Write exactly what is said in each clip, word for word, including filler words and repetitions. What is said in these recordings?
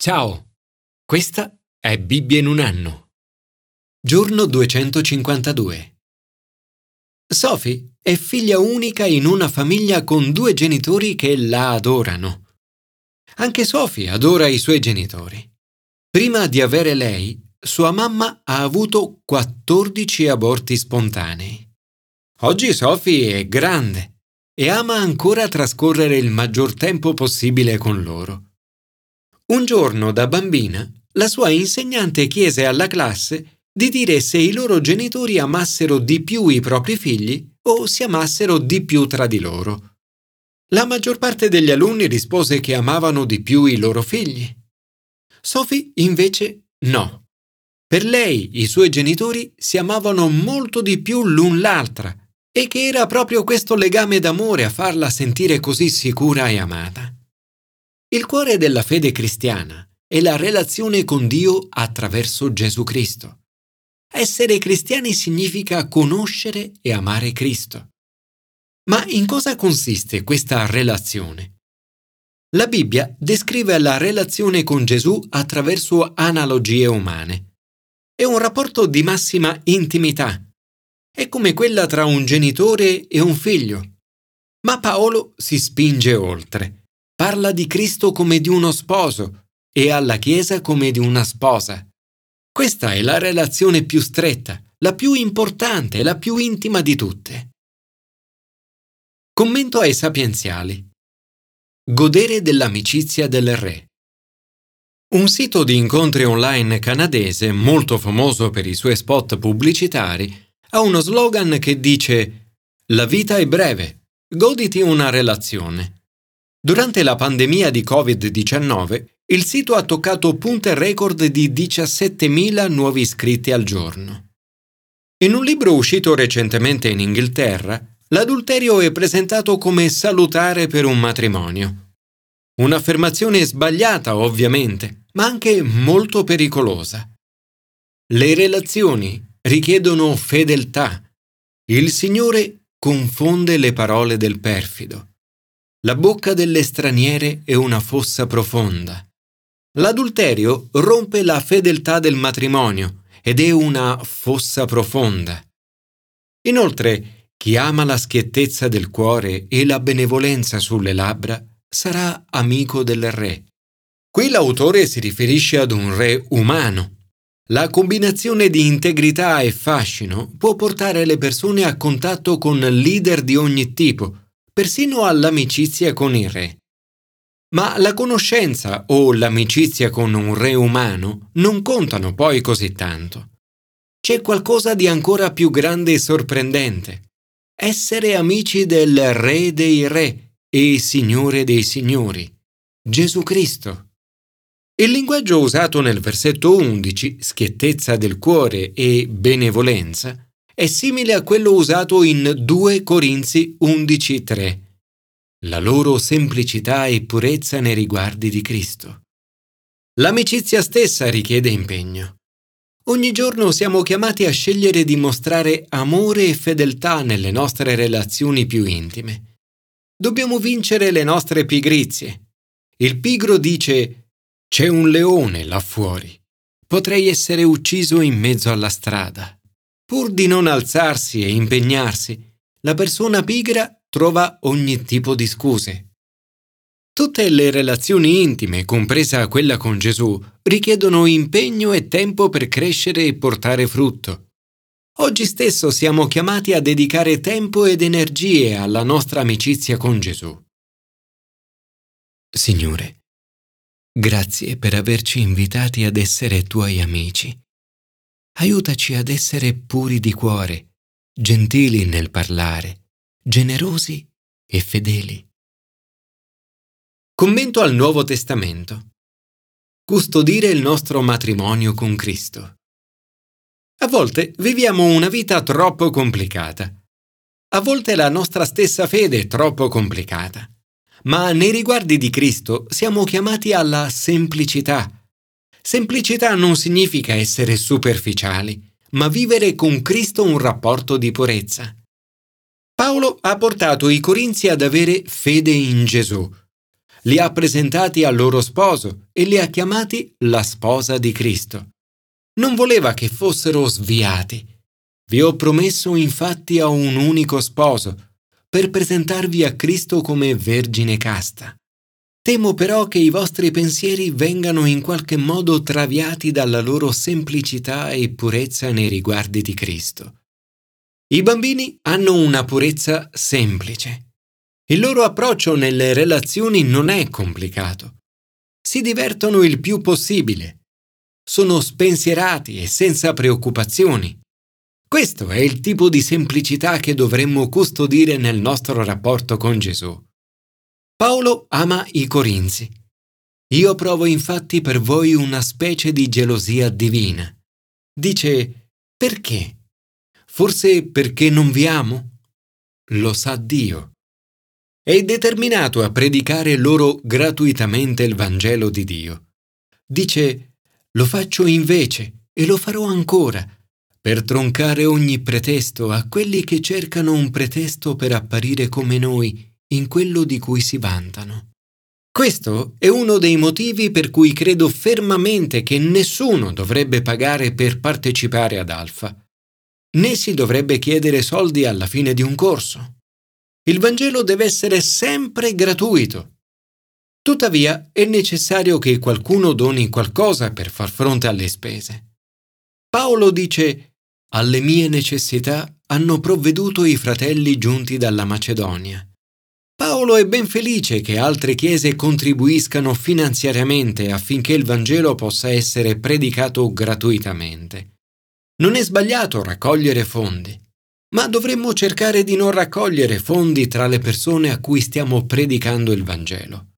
Ciao, questa è Bibbia in un anno. Giorno duecentocinquantadue. Sophie è figlia unica in una famiglia con due genitori che la adorano. Anche Sophie adora i suoi genitori. Prima di avere lei, sua mamma ha avuto quattordici aborti spontanei. Oggi Sophie è grande e ama ancora trascorrere il maggior tempo possibile con loro. Un giorno da bambina, la sua insegnante chiese alla classe di dire se i loro genitori amassero di più i propri figli o si amassero di più tra di loro. La maggior parte degli alunni rispose che amavano di più i loro figli. Sophie, invece, no. Per lei i suoi genitori si amavano molto di più l'un l'altra e che era proprio questo legame d'amore a farla sentire così sicura e amata. Il cuore della fede cristiana è la relazione con Dio attraverso Gesù Cristo. Essere cristiani significa conoscere e amare Cristo. Ma in cosa consiste questa relazione? La Bibbia descrive la relazione con Gesù attraverso analogie umane. È un rapporto di massima intimità. È come quella tra un genitore e un figlio. Ma Paolo si spinge oltre. Parla di Cristo come di uno sposo e alla Chiesa come di una sposa. Questa è la relazione più stretta, la più importante, la più intima di tutte. Commento ai sapienziali. Godere dell'amicizia del re. Un sito di incontri online canadese, molto famoso per i suoi spot pubblicitari, ha uno slogan che dice «La vita è breve, goditi una relazione». Durante la pandemia di covid diciannove, il sito ha toccato punte record di diciassettemila nuovi iscritti al giorno. In un libro uscito recentemente in Inghilterra, l'adulterio è presentato come salutare per un matrimonio. Un'affermazione sbagliata, ovviamente, ma anche molto pericolosa. Le relazioni richiedono fedeltà. Il Signore confonde le parole del perfido. La bocca delle straniere è una fossa profonda. L'adulterio rompe la fedeltà del matrimonio ed è una fossa profonda. Inoltre, chi ama la schiettezza del cuore e la benevolenza sulle labbra sarà amico del re. Qui l'autore si riferisce ad un re umano. La combinazione di integrità e fascino può portare le persone a contatto con leader di ogni tipo, persino all'amicizia con il re. Ma la conoscenza o l'amicizia con un re umano non contano poi così tanto. C'è qualcosa di ancora più grande e sorprendente. Essere amici del Re dei Re e Signore dei Signori, Gesù Cristo. Il linguaggio usato nel versetto undici, schiettezza del cuore e benevolenza, è simile a quello usato in due Corinzi undici tre. La loro semplicità e purezza nei riguardi di Cristo. L'amicizia stessa richiede impegno. Ogni giorno siamo chiamati a scegliere di mostrare amore e fedeltà nelle nostre relazioni più intime. Dobbiamo vincere le nostre pigrizie. Il pigro dice: «C'è un leone là fuori. Potrei essere ucciso in mezzo alla strada». Pur di non alzarsi e impegnarsi, la persona pigra trova ogni tipo di scuse. Tutte le relazioni intime, compresa quella con Gesù, richiedono impegno e tempo per crescere e portare frutto. Oggi stesso siamo chiamati a dedicare tempo ed energie alla nostra amicizia con Gesù. Signore, grazie per averci invitati ad essere Tuoi amici. Aiutaci ad essere puri di cuore, gentili nel parlare, generosi e fedeli. Commento al Nuovo Testamento. Custodire il nostro matrimonio con Cristo. A volte viviamo una vita troppo complicata. A volte la nostra stessa fede è troppo complicata. Ma nei riguardi di Cristo siamo chiamati alla semplicità. Semplicità non significa essere superficiali, ma vivere con Cristo un rapporto di purezza. Paolo ha portato i Corinzi ad avere fede in Gesù. li ha presentati al loro sposo e li ha chiamati la sposa di Cristo. Non voleva che fossero sviati. Vi ho promesso infatti a un unico sposo, per presentarvi a Cristo come vergine casta. Temo però che i vostri pensieri vengano in qualche modo traviati dalla loro semplicità e purezza nei riguardi di Cristo. I bambini hanno una purezza semplice. Il loro approccio nelle relazioni non è complicato. Si divertono il più possibile. Sono spensierati e senza preoccupazioni. Questo è il tipo di semplicità che dovremmo custodire nel nostro rapporto con Gesù. Paolo ama i Corinzi. Io provo infatti per voi una specie di gelosia divina. Dice, perché? Forse perché non vi amo? Lo sa Dio. È determinato a predicare loro gratuitamente il Vangelo di Dio. Dice, lo faccio invece e lo farò ancora, per troncare ogni pretesto a quelli che cercano un pretesto per apparire come noi in quello di cui si vantano. Questo è uno dei motivi per cui credo fermamente che nessuno dovrebbe pagare per partecipare ad Alpha, né si dovrebbe chiedere soldi alla fine di un corso. Il Vangelo deve essere sempre gratuito. Tuttavia è necessario che qualcuno doni qualcosa per far fronte alle spese. Paolo dice: alle mie necessità hanno provveduto i fratelli giunti dalla Macedonia. Paolo è ben felice che altre chiese contribuiscano finanziariamente affinché il Vangelo possa essere predicato gratuitamente. Non è sbagliato raccogliere fondi, ma dovremmo cercare di non raccogliere fondi tra le persone a cui stiamo predicando il Vangelo.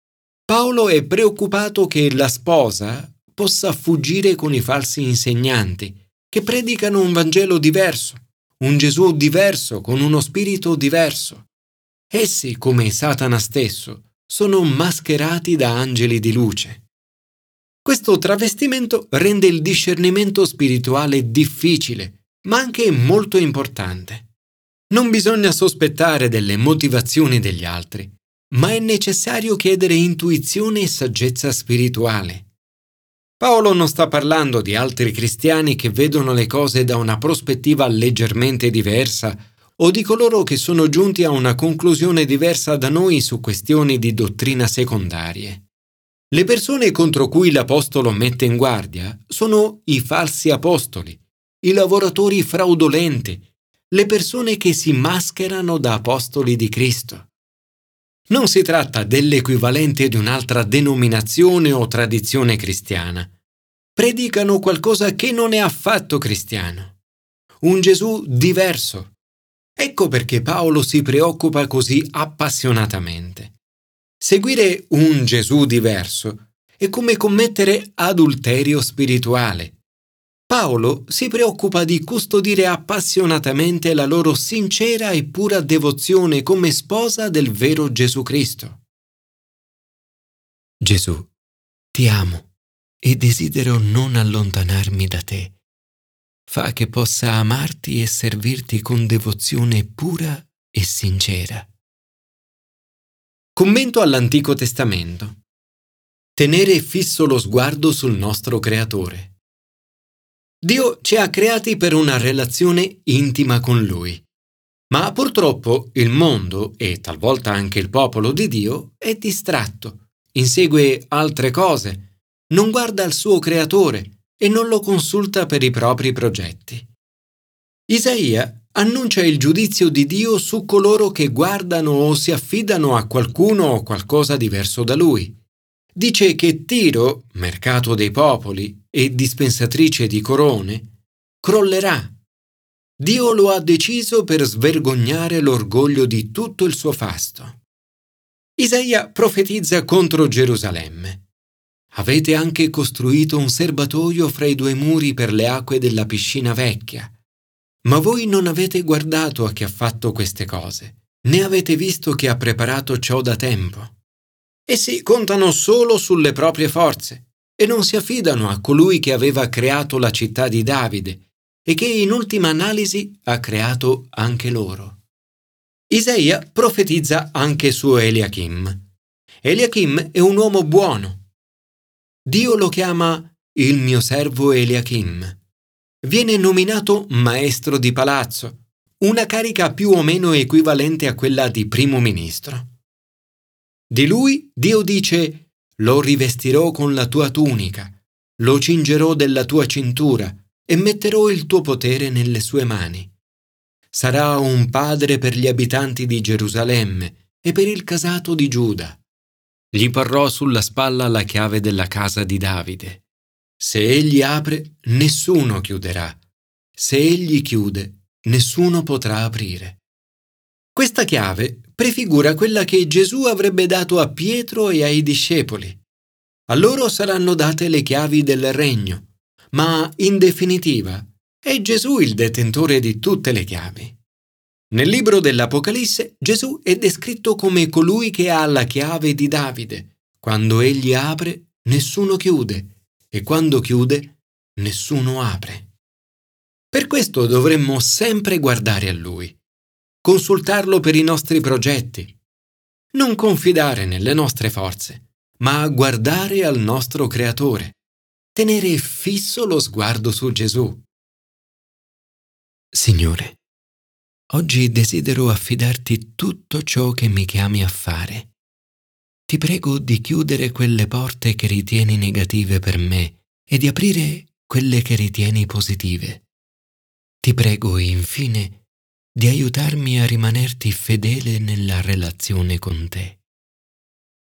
Paolo è preoccupato che la sposa possa fuggire con i falsi insegnanti che predicano un Vangelo diverso, un Gesù diverso con uno spirito diverso. Essi, come Satana stesso, sono mascherati da angeli di luce. Questo travestimento rende il discernimento spirituale difficile, ma anche molto importante. Non bisogna sospettare delle motivazioni degli altri, ma è necessario chiedere intuizione e saggezza spirituale. Paolo non sta parlando di altri cristiani che vedono le cose da una prospettiva leggermente diversa o di coloro che sono giunti a una conclusione diversa da noi su questioni di dottrina secondarie. Le persone contro cui l'Apostolo mette in guardia sono i falsi apostoli, i lavoratori fraudolenti, le persone che si mascherano da apostoli di Cristo. Non si tratta dell'equivalente di un'altra denominazione o tradizione cristiana. Predicano qualcosa che non è affatto cristiano. Un Gesù diverso. Ecco perché Paolo si preoccupa così appassionatamente. Seguire un Gesù diverso è come commettere adulterio spirituale. Paolo si preoccupa di custodire appassionatamente la loro sincera e pura devozione come sposa del vero Gesù Cristo. Gesù, ti amo e desidero non allontanarmi da te. Fa che possa amarti e servirti con devozione pura e sincera. Commento all'Antico Testamento. Tenere fisso lo sguardo sul nostro Creatore. Dio ci ha creati per una relazione intima con Lui, ma purtroppo il mondo e talvolta anche il popolo di Dio è distratto, insegue altre cose, non guarda al suo Creatore e non lo consulta per i propri progetti. Isaia annuncia il giudizio di Dio su coloro che guardano o si affidano a qualcuno o qualcosa diverso da lui. Dice che Tiro, mercato dei popoli e dispensatrice di corone, crollerà. Dio lo ha deciso per svergognare l'orgoglio di tutto il suo fasto. Isaia profetizza contro Gerusalemme. Avete anche costruito un serbatoio fra i due muri per le acque della piscina vecchia. Ma voi non avete guardato a chi ha fatto queste cose, né avete visto che ha preparato ciò da tempo. Essi contano solo sulle proprie forze e non si affidano a colui che aveva creato la città di Davide e che in ultima analisi ha creato anche loro. Isaia profetizza anche su Eliachim. Eliachim è un uomo buono. Dio lo chiama il mio servo Eliachim. Viene nominato maestro di palazzo, una carica più o meno equivalente a quella di primo ministro. Di lui Dio dice: lo rivestirò con la tua tunica, lo cingerò della tua cintura e metterò il tuo potere nelle sue mani. Sarà un padre per gli abitanti di Gerusalemme e per il casato di Giuda. Gli porrò sulla spalla la chiave della casa di Davide. Se egli apre, nessuno chiuderà. Se egli chiude, nessuno potrà aprire. Questa chiave prefigura quella che Gesù avrebbe dato a Pietro e ai discepoli. A loro saranno date le chiavi del regno, ma in definitiva è Gesù il detentore di tutte le chiavi. Nel libro dell'Apocalisse Gesù è descritto come colui che ha la chiave di Davide. Quando egli apre, nessuno chiude, e quando chiude, nessuno apre. Per questo dovremmo sempre guardare a Lui, consultarlo per i nostri progetti, non confidare nelle nostre forze, ma guardare al nostro Creatore, tenere fisso lo sguardo su Gesù. Signore, oggi desidero affidarti tutto ciò che mi chiami a fare. Ti prego di chiudere quelle porte che ritieni negative per me e di aprire quelle che ritieni positive. Ti prego, infine, di aiutarmi a rimanerti fedele nella relazione con te.